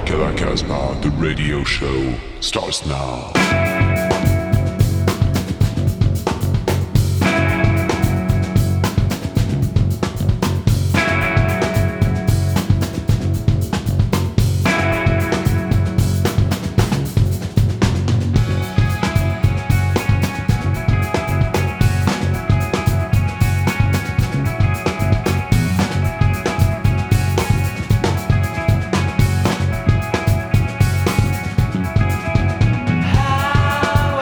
Killer Casbah, the radio show starts now. How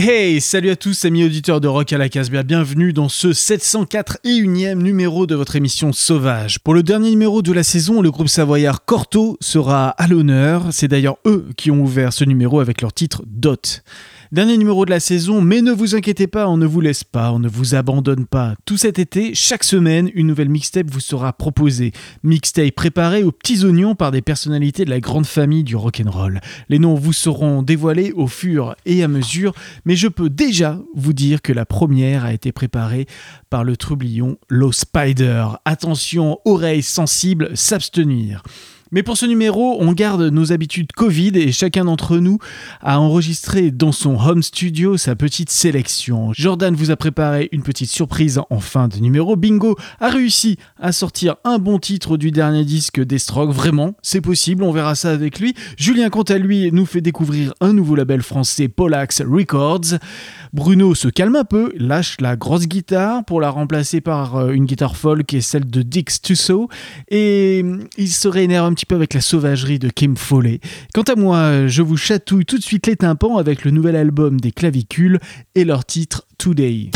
Hey, salut à tous amis auditeurs de Rock à la Casbah, bienvenue dans ce 781e numéro de votre émission Sauvage. Pour le dernier numéro de la saison, le groupe savoyard Corto sera à l'honneur, c'est d'ailleurs eux qui ont ouvert ce numéro avec leur titre Dot. Dernier numéro de la saison, mais ne vous inquiétez pas, on ne vous laisse pas, on ne vous abandonne pas. Tout cet été, chaque semaine, une nouvelle mixtape vous sera proposée. Mixtape préparée aux petits oignons par des personnalités de la grande famille du rock'n'roll. Les noms vous seront dévoilés au fur et à mesure, mais je peux déjà vous dire que la première a été préparée par le trublion Low Spider. Attention, oreilles sensibles, s'abstenir. Mais pour ce numéro, on garde nos habitudes Covid et chacun d'entre nous a enregistré dans son home studio sa petite sélection. Jordan vous a préparé une petite surprise en fin de numéro. Bingo a réussi à sortir un bon titre du dernier disque des Strokes. Vraiment, c'est possible, on verra ça avec lui. Julien, quant à lui, nous fait découvrir un nouveau label français, Polax Records. Bruno se calme un peu, lâche la grosse guitare pour la remplacer par une guitare folk et celle de Dix Tussaud. Et il se réénerve un petit peu avec la sauvagerie de Kim Foley. Quant à moi, je vous chatouille tout de suite les tympans avec le nouvel album des Clavicules et leur titre Today.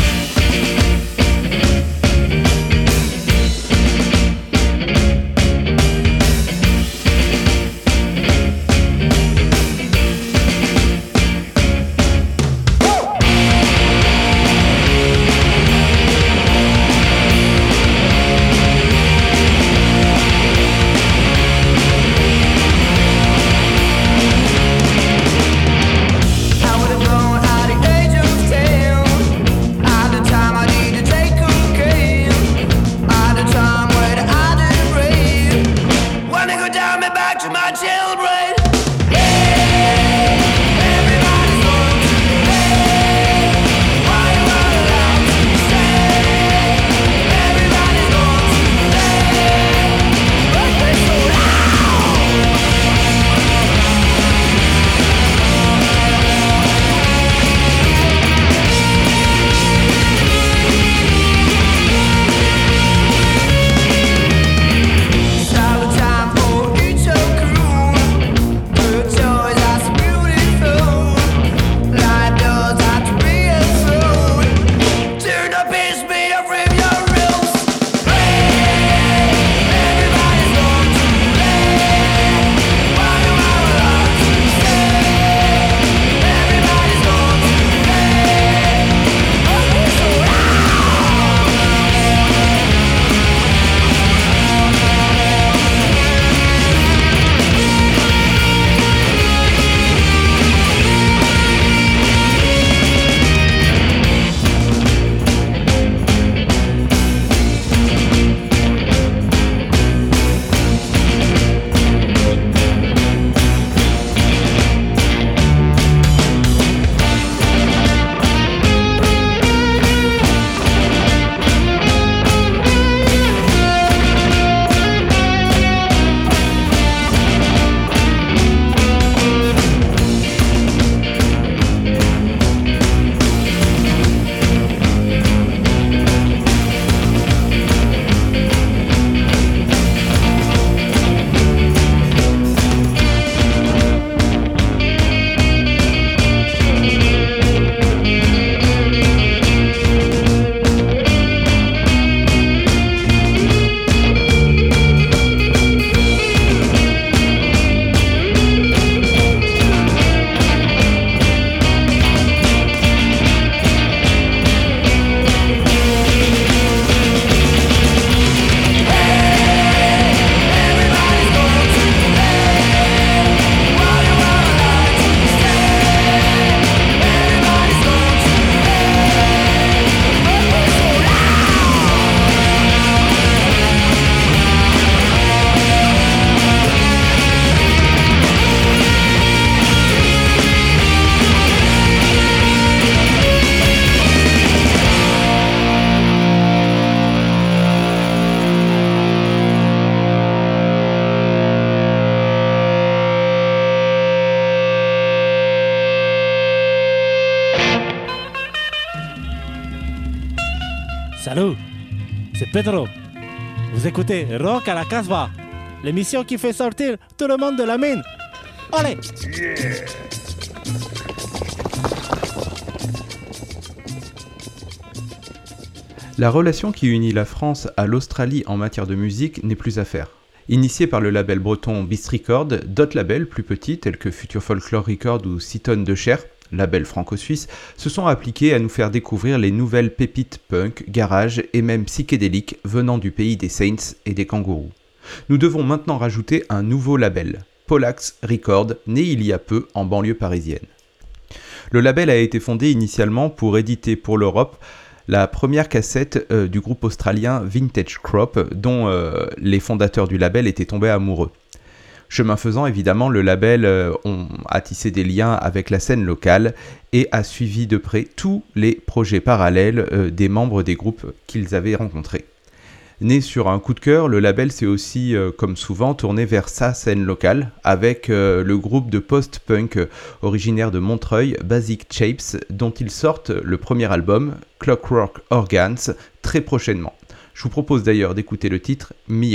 Salut, c'est Pedro. Vous écoutez Rock à la Casbah, l'émission qui fait sortir tout le monde de la mine. Allez! La relation qui unit la France à l'Australie en matière de musique n'est plus à faire. Initiés par le label breton Beast Records, d'autres labels plus petits tels que Future Folklore Records ou Seaton de Cher, label franco-suisse, se sont appliqués à nous faire découvrir les nouvelles pépites punk, garage et même psychédéliques venant du pays des Saints et des kangourous. Nous devons maintenant rajouter un nouveau label, Polax Records, né il y a peu en banlieue parisienne. Le label a été fondé initialement pour éditer pour l'Europe la première cassette du groupe australien Vintage Crop, dont les fondateurs du label étaient tombés amoureux. Chemin faisant, évidemment, le label a tissé des liens avec la scène locale et a suivi de près tous les projets parallèles des membres des groupes qu'ils avaient rencontrés. Né sur un coup de cœur, le label s'est aussi, comme souvent, tourné vers sa scène locale, avec le groupe de post-punk originaire de Montreuil, Basic Shapes, dont ils sortent le premier album, Clockwork Organs, très prochainement. Je vous propose d'ailleurs d'écouter le titre « Myob ».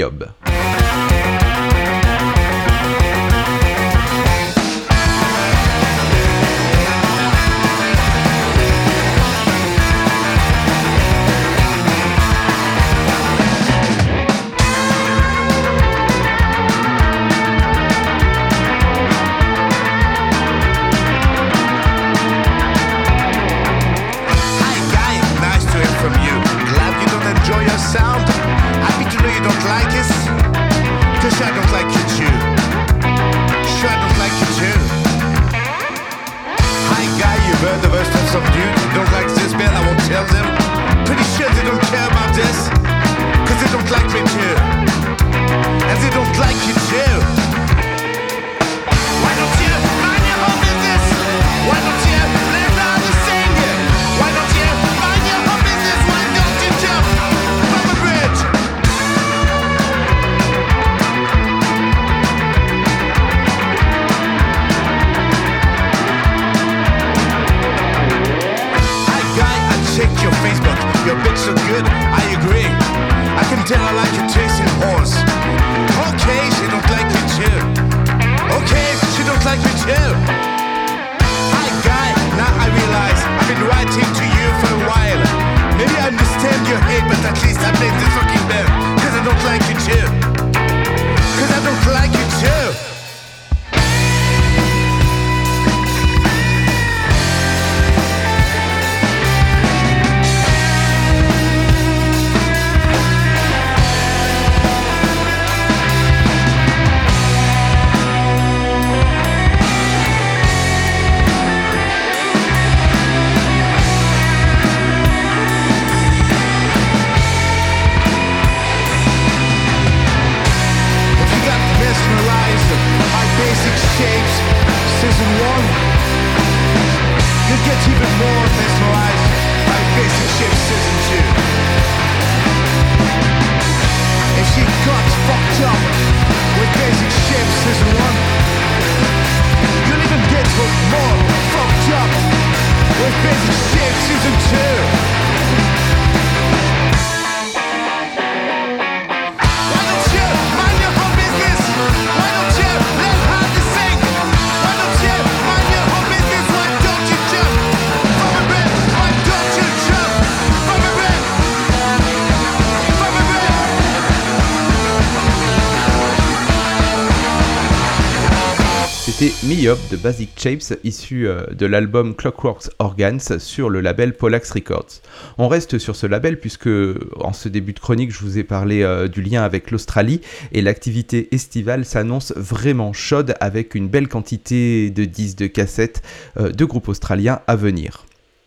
C'était Myob de Basic Shapes, issu de l'album Clockwork Organs sur le label Polax Records. On reste sur ce label puisque en ce début de chronique, je vous ai parlé du lien avec l'Australie et l'activité estivale s'annonce vraiment chaude avec une belle quantité de disques, de cassettes de groupes australiens à venir.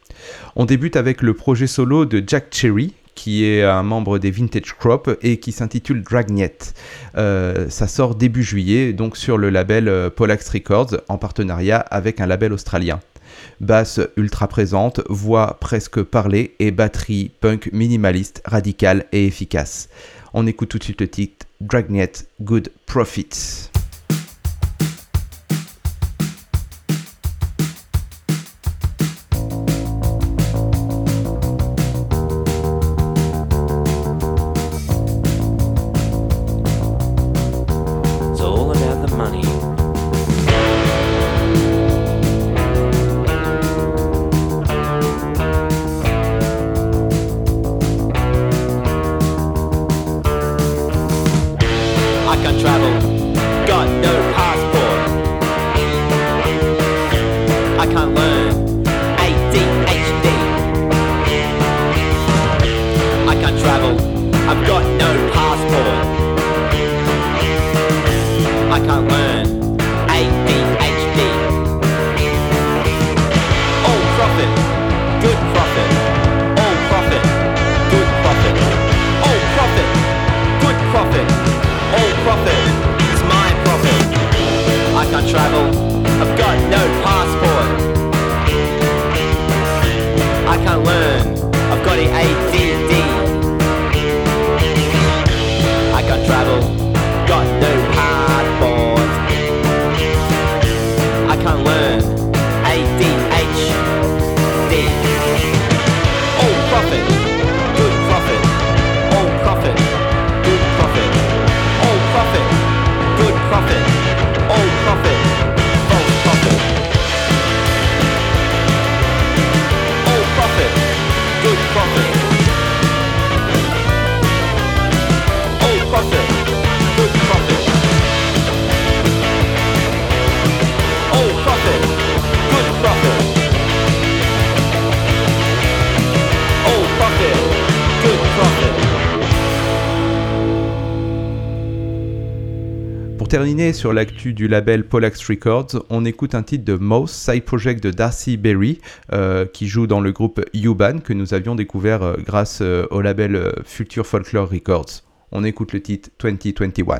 On débute avec le projet solo de Jack Cherry, qui est un membre des Vintage Crop et qui s'intitule Dragnet. Ça sort début juillet, donc sur le label Polax Records, en partenariat avec un label australien. Basse ultra présente, voix presque parlée et batterie punk minimaliste, radicale et efficace. On écoute tout de suite le titre Dragnet Good Profits. can't travel, got no passport. I can't learn ADHD. I can't travel, I've got no passport. I can't learn ADHD. All profit, good profit. All profit, good profit. All profit, good profit. All profit is my profit. I can't travel, I've got no passport. I can't learn, I've got ADD. I can't travel, got no passport. I can't learn ADHD. All profit, good profit. All profit, good profit. All profit, good profit. All profit, false profit. All profit, good profit. All profit, good profit. All profit, good profit. All profit, good profit. Pour terminer sur l'actu du label Polax Records, on écoute un titre de Mouse, side project de Darcy Berry, qui joue dans le groupe U-Ban, que nous avions découvert grâce au label Future Folklore Records. On écoute le titre 2021.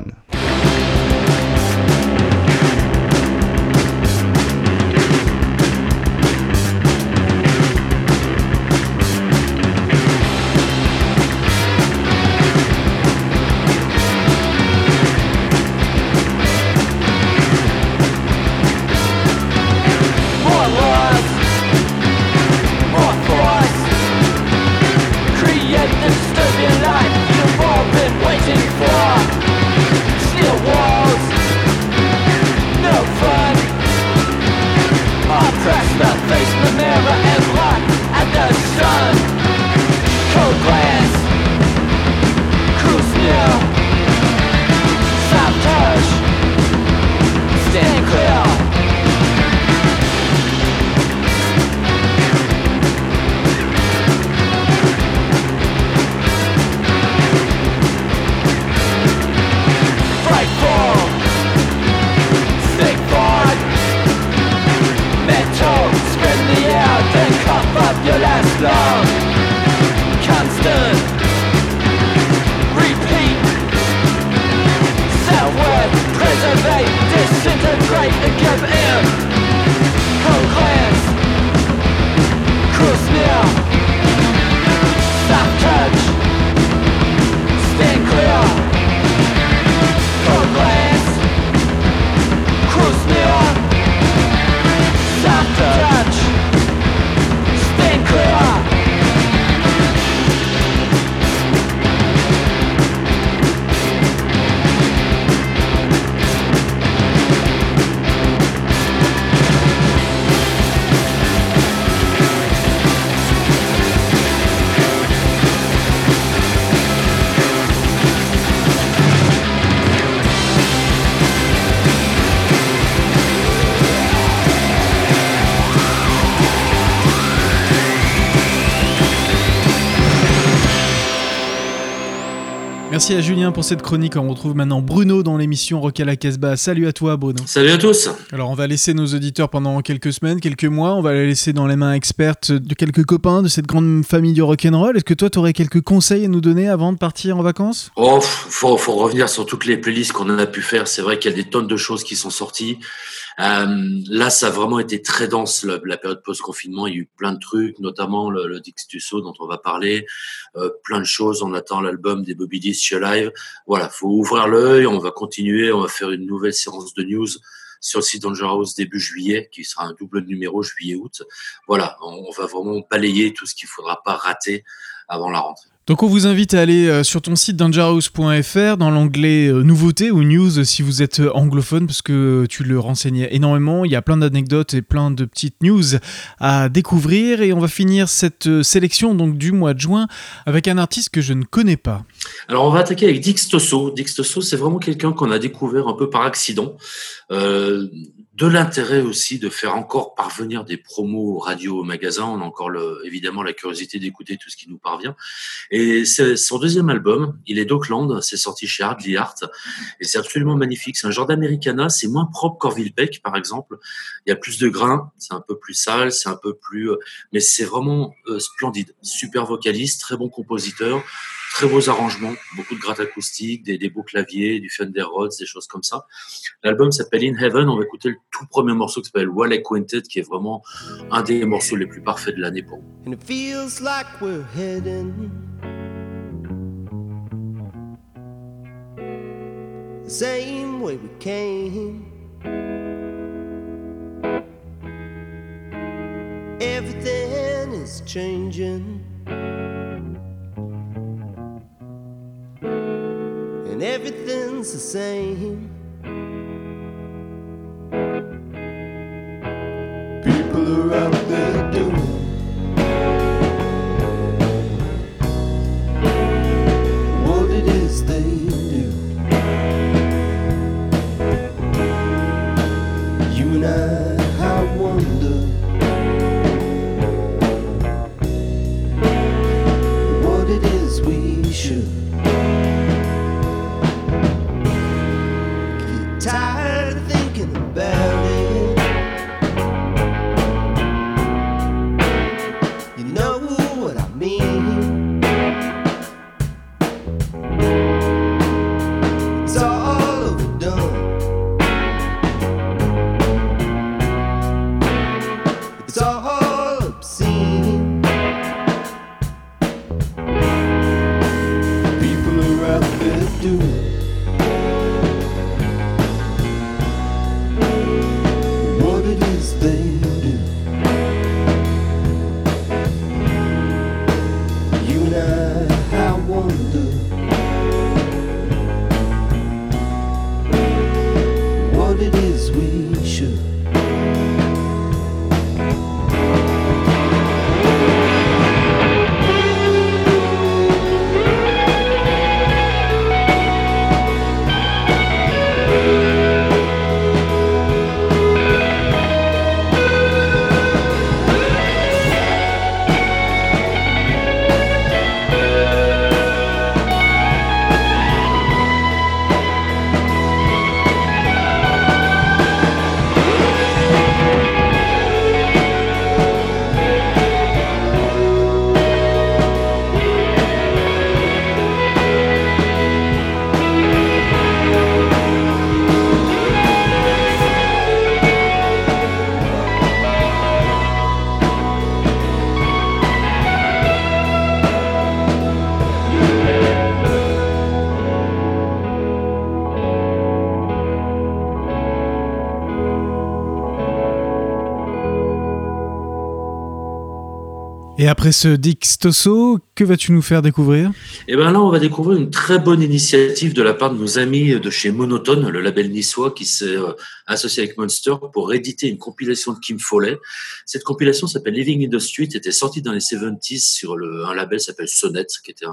More laws, more force. Create the disturbing life you've all been waiting for. Steel walls, no fun. Or press the face in the mirror and look at the sun. Cold glass, cruise near. Soft touch, stand clear. Fight for, stick forward. Metal, spread in the air, then cough up your last lung. Constant, repeat. Self-worth, preservate, disintegrate and give in. Cold glance, cruise near. Soft touch, stand clear. Cold glass, cruise near. Soft touch, stand clear. Merci à Julien pour cette chronique. On retrouve maintenant Bruno dans l'émission Rock à la Casbah. Salut à toi, Bruno. Salut à tous. Alors, on va laisser nos auditeurs pendant quelques semaines, quelques mois. On va les laisser dans les mains expertes de quelques copains de cette grande famille du rock'n'roll. Est-ce que toi, tu aurais quelques conseils à nous donner avant de partir en vacances ? Oh, faut revenir sur toutes les playlists qu'on a pu faire. C'est vrai qu'il y a des tonnes de choses qui sont sorties. Là, ça a vraiment été très dense, la période post-confinement. Il y a eu plein de trucs, notamment le Dix Tusso dont on va parler. Plein de choses. On attend l'album des Bobby Disc Live. Voilà, faut ouvrir l'œil. On va continuer. On va faire une nouvelle séance de news sur le site Dangerous début juillet, qui sera un double numéro juillet-août. Voilà, on va vraiment balayer tout ce qu'il faudra pas rater avant la rentrée. Donc on vous invite à aller sur ton site dangerhouse.fr dans l'onglet nouveautés ou news si vous êtes anglophone, parce que tu le renseignes énormément, il y a plein d'anecdotes et plein de petites news à découvrir, et on va finir cette sélection donc du mois de juin avec un artiste que je ne connais pas. Alors on va attaquer avec Dix Tosso. Dix Tosso, c'est vraiment quelqu'un qu'on a découvert un peu par accident. De l'intérêt aussi de faire encore parvenir des promos radio au magasin. On a encore évidemment la curiosité d'écouter tout ce qui nous parvient. Et c'est son deuxième album. Il est d'Auckland. C'est sorti chez Hardly Art. Et c'est absolument magnifique. C'est un genre d'Americana. C'est moins propre qu'Orville Peck, par exemple. Il y a plus de grains. C'est un peu plus sale. C'est un peu plus, mais c'est vraiment splendide. Super vocaliste, très bon compositeur. Très beaux arrangements, beaucoup de grattes acoustiques, des beaux claviers, du Fender Rhodes, des choses comme ça. L'album s'appelle In Heaven. On va écouter le tout premier morceau qui s'appelle Well Acquainted, qui est vraiment un des morceaux les plus parfaits de l'année pour moi. And it feels like we're heading the same way we came. Everything is changing, and everything's the same. People are out there doing what it is they do. You and I wonder what it is we should. Tired of thinking about it. You know what I mean. It's all overdone. It's all obscene. People are out there doing Et après ce Dix Tosso, que vas-tu nous faire découvrir ? Et bien là, on va découvrir une très bonne initiative de la part de nos amis de chez Monotone, le label niçois qui s'est associé avec Monster pour éditer une compilation de Kim Fowley. Cette compilation s'appelle Living in the Street, était sortie dans les 70s sur un label qui s'appelle Sonnet, qui était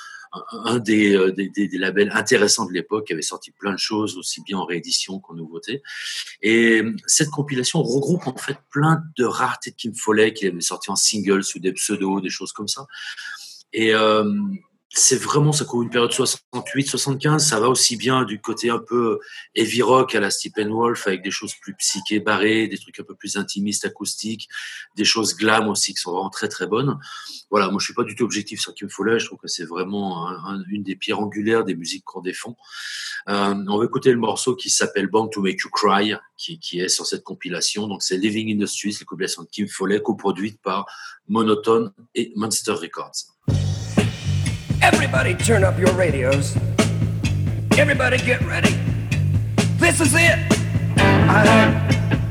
un des labels intéressants de l'époque, qui avait sorti plein de choses, aussi bien en réédition qu'en nouveauté. Et cette compilation regroupe en fait plein de raretés de Kim Fowley qu'il avait sorti en single sous des pseudos, des choses comme ça. Et c'est vraiment, ça couvre une période 68-75, ça va aussi bien du côté un peu heavy rock à la Steppenwolf, avec des choses plus psyché barrées, des trucs un peu plus intimistes, acoustiques, des choses glam aussi qui sont vraiment très très bonnes. Voilà, moi je suis pas du tout objectif sur Kim Fowley, je trouve que c'est vraiment une des pierres angulaires des musiques qu'on défend. On va écouter le morceau qui s'appelle Born to Make You Cry, qui est sur cette compilation. Donc c'est Living in the Streets, la compilation de Kim Fowley, coproduite par Monotone et Monster Records. Everybody turn up your radios. Everybody get ready. This is it. I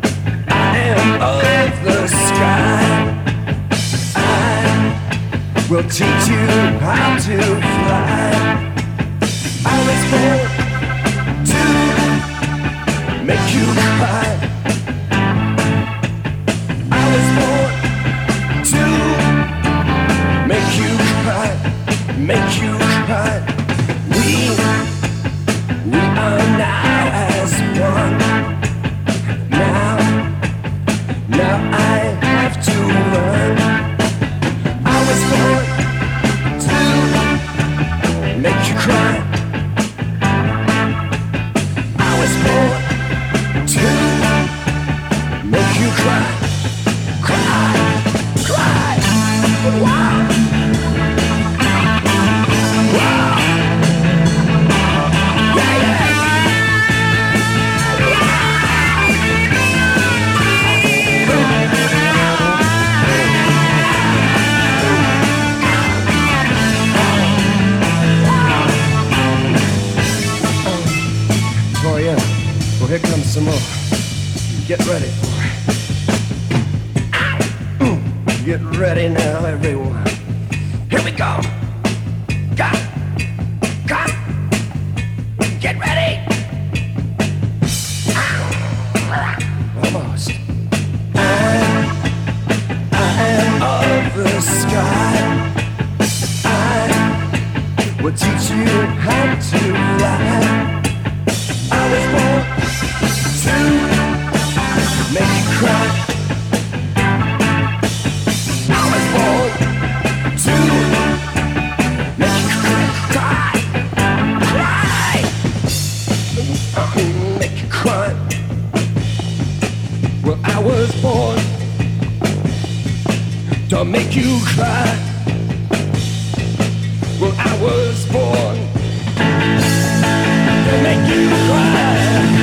am of the sky. I will teach you how to fly. I was born to make you cry. I was born to make you cry, make you cry. We are now as one. Now I have to learn. I was born to make you cry. I was born to make you cry. Cry, cry, wow. Wow. Yeah, yeah. Oh yeah, well here comes some more. Get ready for it. Get ready now, everyone. Here we go. Go, go. Get ready. Almost. I am of the sky. I will teach you how to fly. I was born to make you cry. I was born to make you cry, cry, make you cry. Well, I was born to make you cry. Well, I was born to make you cry.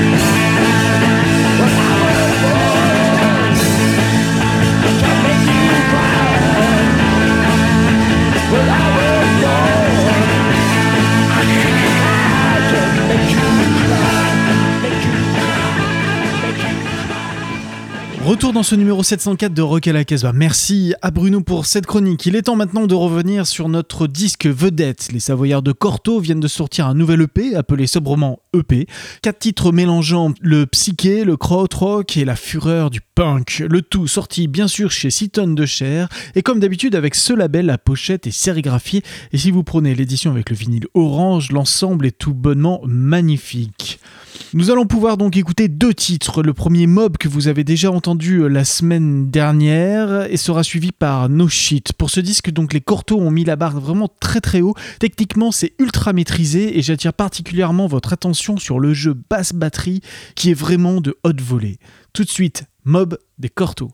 Well, I was born to make you cry. Well, I was born to make you cry, make you cry, make you cry. Retour dans ce numéro 704 de Rock à la Casbah. Merci à Bruno pour cette chronique. Il est temps maintenant de revenir sur notre disque vedette. Les Savoyards de Corto viennent de sortir un nouvel EP appelé sobrement EP. 4 titres mélangeant le psyché, le krautrock et la fureur du punk. Le tout sorti bien sûr chez 6 tonnes de chair et comme d'habitude avec ce label, la pochette est sérigraphiée et si vous prenez l'édition avec le vinyle orange, l'ensemble est tout bonnement magnifique. Nous allons pouvoir donc écouter 2 titres. Le premier, Mob, que vous avez déjà entendu la semaine dernière et sera suivi par No Shit. Pour ce disque, donc, les Cortos ont mis la barre vraiment très très haut. Techniquement, c'est ultra maîtrisé et j'attire particulièrement votre attention sur le jeu basse-batterie qui est vraiment de haute volée. Tout de suite, Mob des Cortos.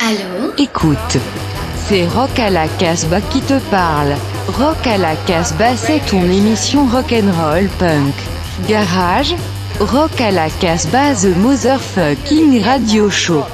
Allô? Écoute, c'est Rock à la Casbah qui te parle. Rock à la Casbah, c'est ton émission rock'n'roll punk. Garage, Rock à la Casbah, the motherfucking radio show.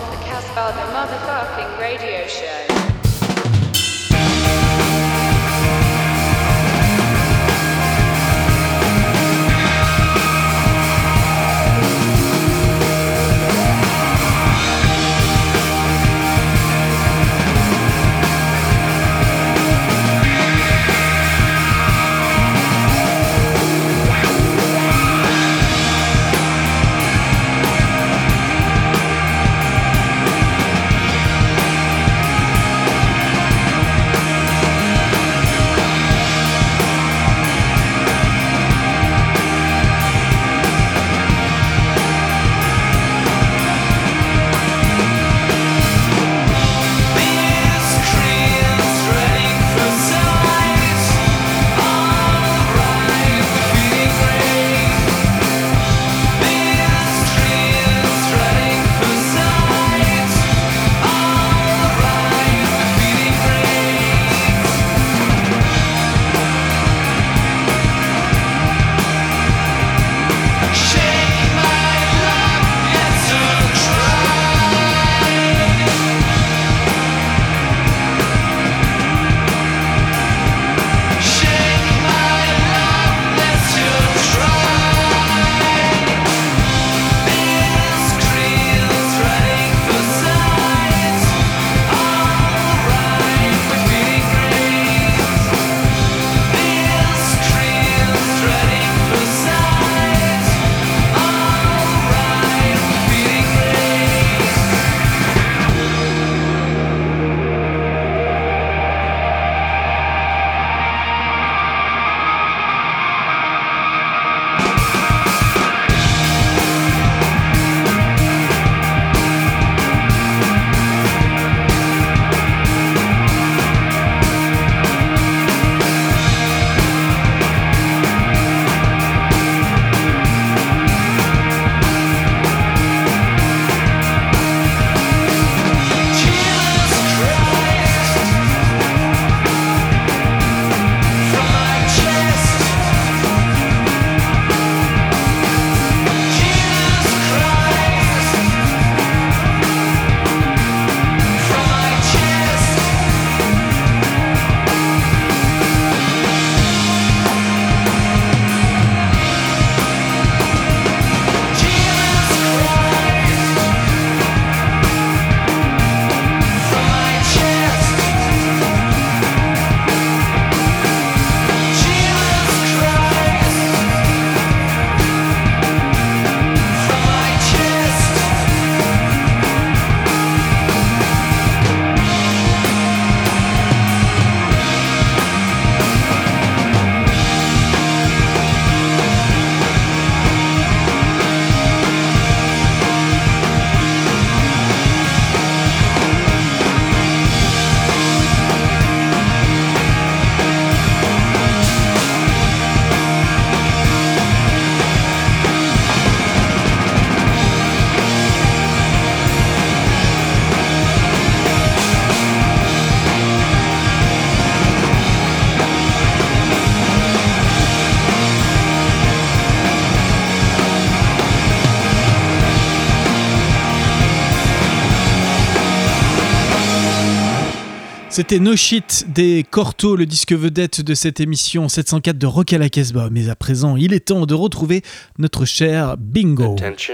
C'était No Shit des Corto, le disque vedette de cette émission 704 de Rock à la Casbah. Mais à présent, il est temps de retrouver notre cher Bingo. Attention.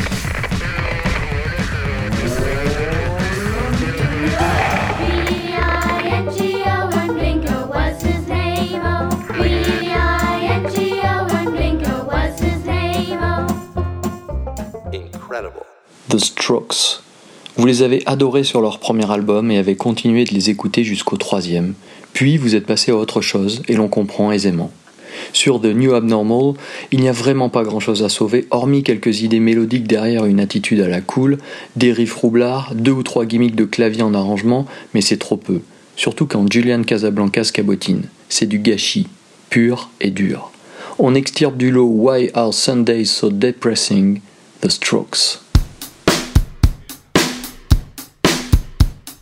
The Strokes. Vous les avez adorés sur leur premier album et avez continué de les écouter jusqu'au troisième. Puis vous êtes passé à autre chose et l'on comprend aisément. Sur The New Abnormal, il n'y a vraiment pas grand chose à sauver, hormis quelques idées mélodiques derrière une attitude à la cool, des riffs roublards, 2 ou 3 gimmicks de clavier en arrangement, mais c'est trop peu. Surtout quand Julian Casablancas cabotine. C'est du gâchis, pur et dur. On extirpe du lot Why Are Sundays So Depressing? The Strokes. The Strokes. Will you have a drink with me?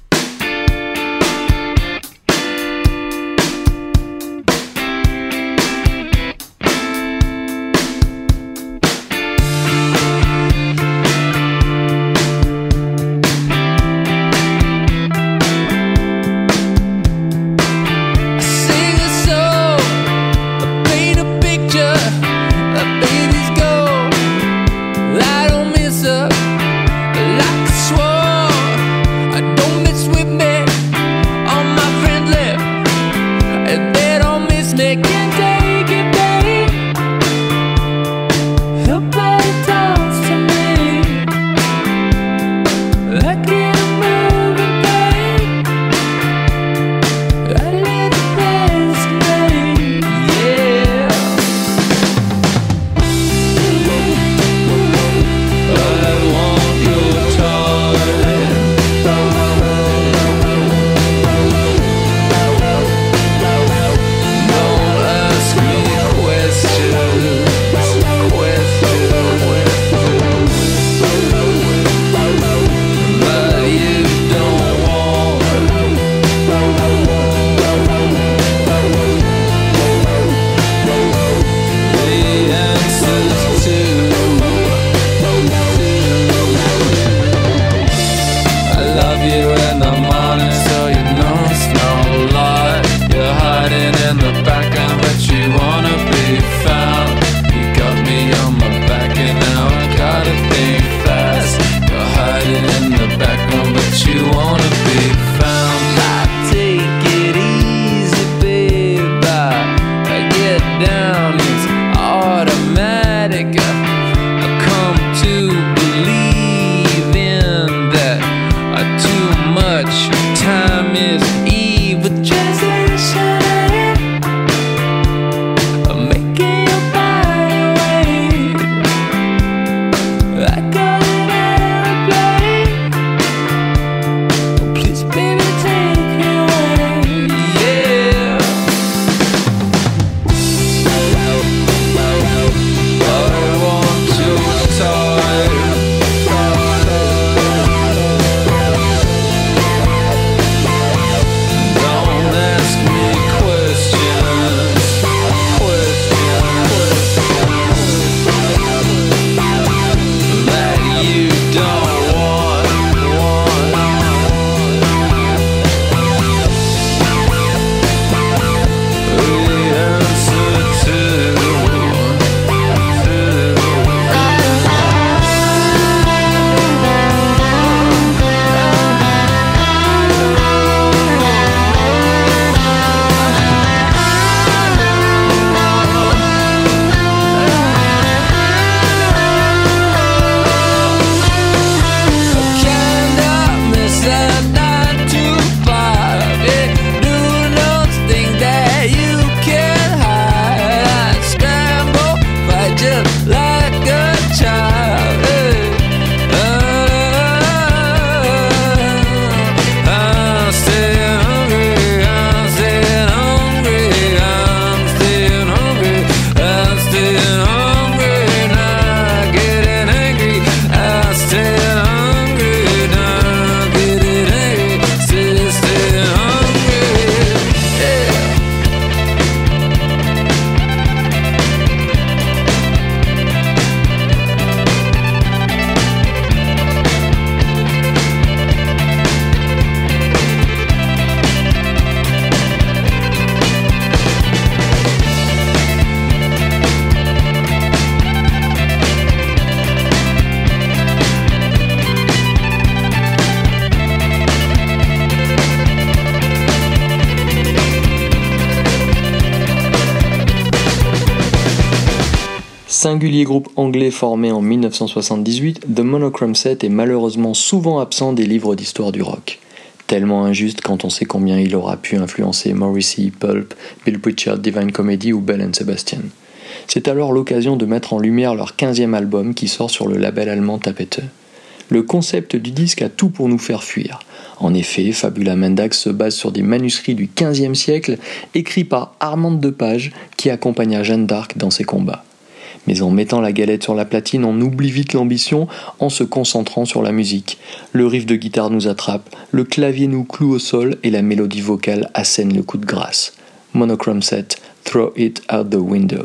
Singulier groupe anglais formé en 1978, The Monochrome Set est malheureusement souvent absent des livres d'histoire du rock. Tellement injuste quand on sait combien il aura pu influencer Morrissey, Pulp, Bill Pritchard, Divine Comedy ou Bell & Sebastian. C'est alors l'occasion de mettre en lumière leur 15e album qui sort sur le label allemand Tapete. Le concept du disque a tout pour nous faire fuir. En effet, Fabula Mendax se base sur des manuscrits du XVe siècle écrits par Armand Depage qui accompagna Jeanne d'Arc dans ses combats. Mais en mettant la galette sur la platine, on oublie vite l'ambition en se concentrant sur la musique. Le riff de guitare nous attrape, le clavier nous cloue au sol et la mélodie vocale assène le coup de grâce. Monochrome Set, Throw It Out the Window.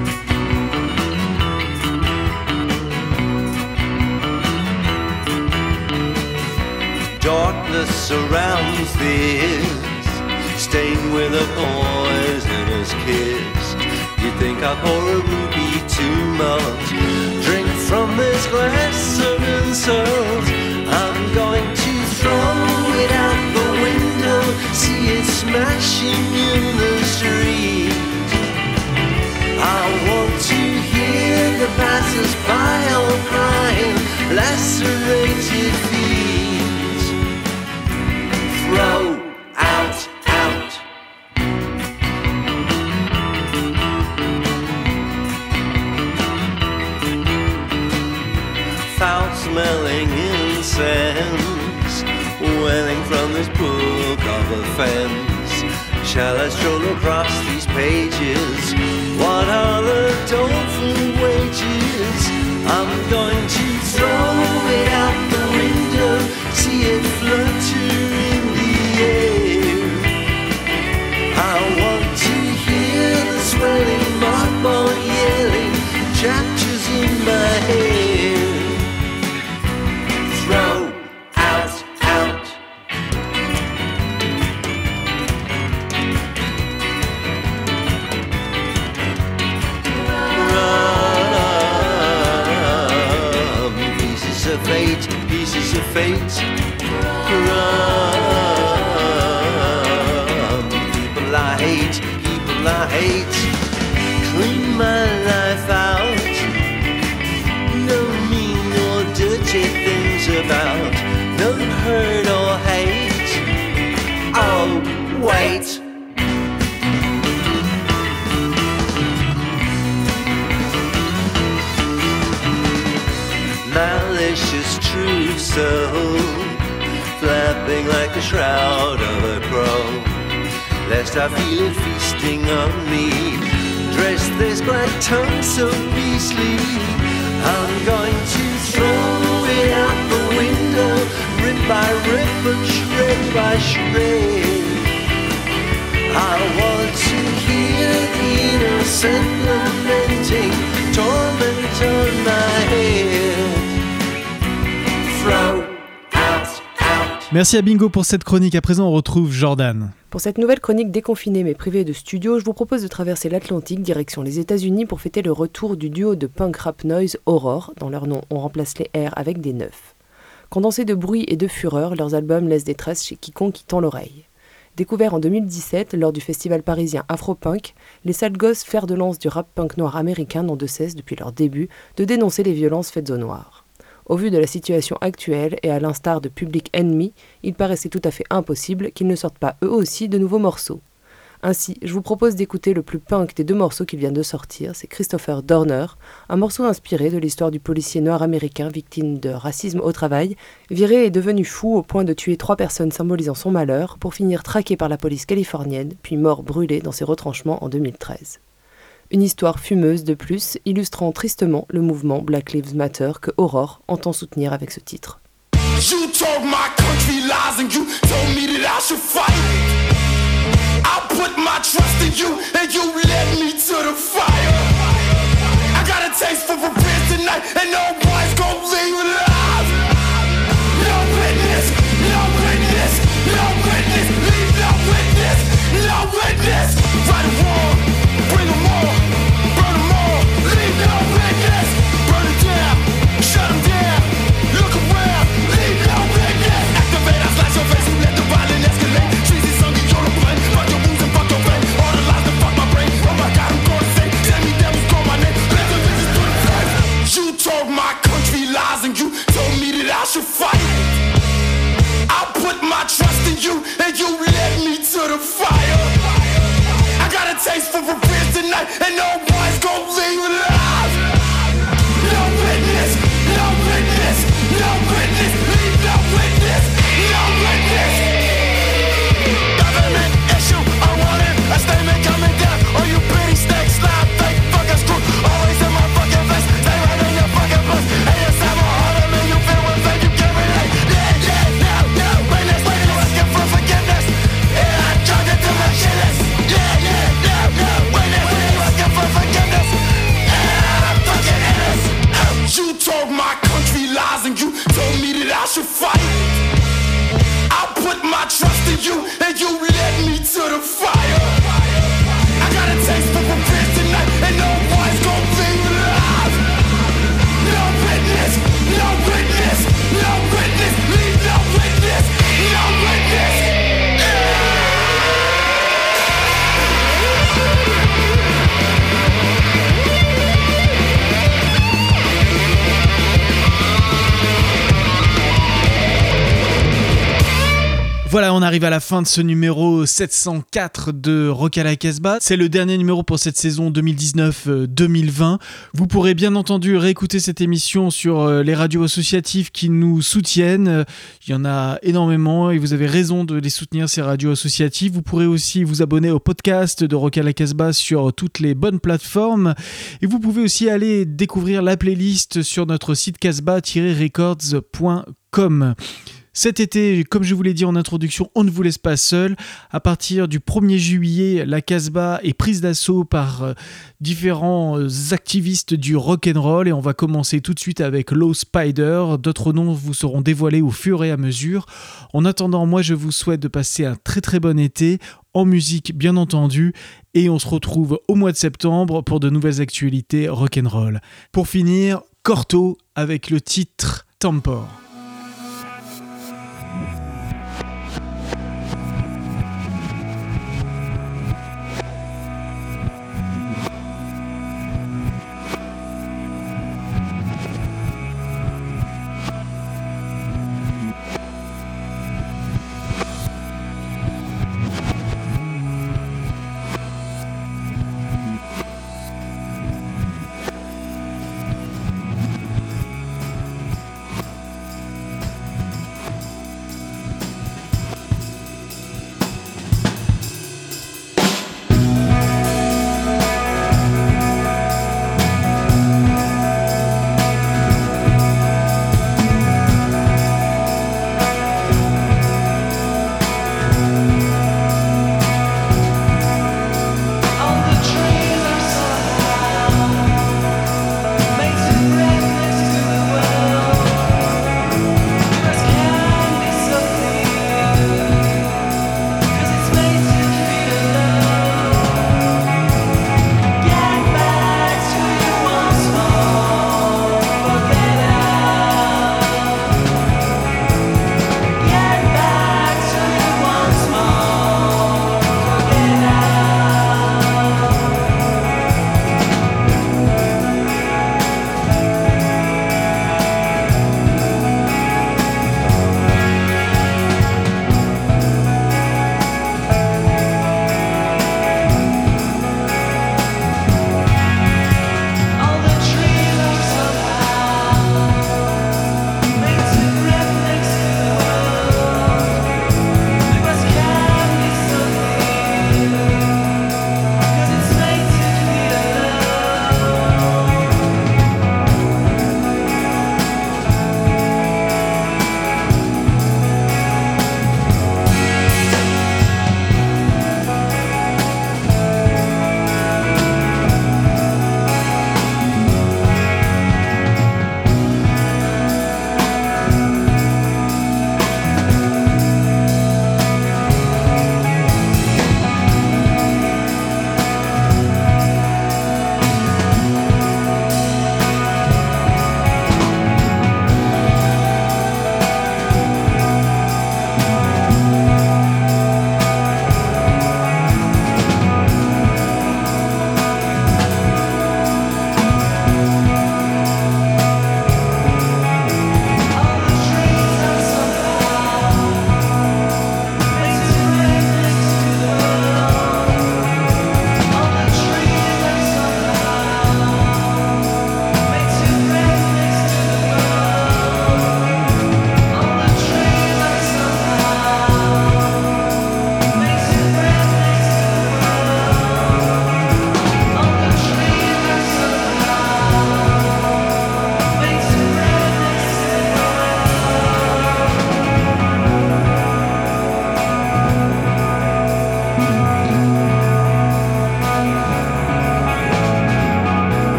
Darkness surrounds this, stained with a poisonous kiss. You think I pour a ruby too much? Drink from this glass of insults. I'm going to throw it out the window, see it smashing in the street. I want to hear the passers-by all crying, lacerated feet. Throw out. Foul-smelling incense, welling from this book of offense. Shall I stroll across these pages? What are the doleful wages? I'm going to throw it out the window, see it flutter in the air. I want to hear the swelling mothball yelling, chapters in my head. Throw out. Pieces of fate. People I hate. Clean my life out. No mean or dirty things about. No hurt or hate. Oh, wait. Malicious truth so flapping like the shroud of a crow, lest I feel it feasting on me. Dress this black tongue so beastly, I'm going to throw it out the window, rip by rip and shred by shred. I want to hear the innocent lamenting, torment on my head. Throw out. Merci à Bingo pour cette chronique. À présent, on retrouve Jordan. Pour cette nouvelle chronique déconfinée mais privée de studio, je vous propose de traverser l'Atlantique direction les États-Unis pour fêter le retour du duo de punk rap noise Aurore. Dans leur nom, on remplace les R avec des neufs. Condensés de bruit et de fureur, leurs albums laissent des traces chez quiconque y tend l'oreille. Découverts en 2017 lors du festival parisien Afropunk, les sales gosses fers de lance du rap punk noir américain n'ont de cesse, depuis leur début, de dénoncer les violences faites aux Noirs. Au vu de la situation actuelle et à l'instar de Public Enemy, il paraissait tout à fait impossible qu'ils ne sortent pas eux aussi de nouveaux morceaux. Ainsi, je vous propose d'écouter le plus punk des deux morceaux qu'ils viennent de sortir, c'est Christopher Dorner, un morceau inspiré de l'histoire du policier noir américain victime de racisme au travail, viré et devenu fou au point de tuer 3 personnes symbolisant son malheur, pour finir traqué par la police californienne, puis mort brûlé dans ses retranchements en 2013. Une histoire fumeuse de plus, illustrant tristement le mouvement Black Lives Matter que Aurore entend soutenir avec ce titre. You told my country lies and you told me that I should fight. I put my trust in you and you led me to the fire. I got a taste for revenge tonight and no boy's gon' leave alive. No witness, no witness, no witness, leave no witness, no witness. Right or wrong, bring them all, burn them all, leave no witness. Burn it down, shut them down, look around, leave no witness. Activate, I slash your face, let the violence escalate. Treason sung in your blood, fuck your wounds and fuck your brain. All the lies that fuck my brain, oh my God, I'm gonna say, tell me devils call my name. Let the bitches do that I should fight. I put my trust in you, and you led me to the fire. I got a taste for revenge tonight, and no one's gonna leave alive. No witness, no witness, no witness, leave no witness, no witness. Government issue, I want it, a statement coming down. Oh, you pretty snake, slime, fake, fucking screw. Always in my fucking vest, stay right in your fucking bus. Hey, it's time my heart, I mean you feel one thing, you can't relate. Yeah, yeah, no, witness, witness, asking for forgiveness. Yeah, I tried to do my shitless. Yeah, no, witness, asking for forgiveness. Yeah, I'm fucking endless. You told my country lies and you told me that I should fight. I put my trust in you and you led me to the fire. I got a taste for revenge tonight and no one's gonna leave alive. No witness, no witness, no witness, leave no witness, no witness. Voilà, on arrive à la fin de ce numéro 704 de Rock à la Casbah. C'est le dernier numéro pour cette saison 2019-2020. Vous pourrez bien entendu réécouter cette émission sur les radios associatives qui nous soutiennent. Il y en a énormément et vous avez raison de les soutenir, ces radios associatives. Vous pourrez aussi vous abonner au podcast de Rock à la Casbah sur toutes les bonnes plateformes. Et vous pouvez aussi aller découvrir la playlist sur notre site casbah-records.com. Cet été, comme je vous l'ai dit en introduction, on ne vous laisse pas seul. À partir du 1er juillet, la Casbah est prise d'assaut par différents activistes du rock'n'roll et on va commencer tout de suite avec Low Spider. D'autres noms vous seront dévoilés au fur et à mesure. En attendant, moi je vous souhaite de passer un très très bon été, en musique bien entendu, et on se retrouve au mois de septembre pour de nouvelles actualités rock'n'roll. Pour finir, Corto avec le titre Tampor.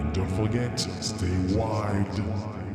Don't forget, stay wide.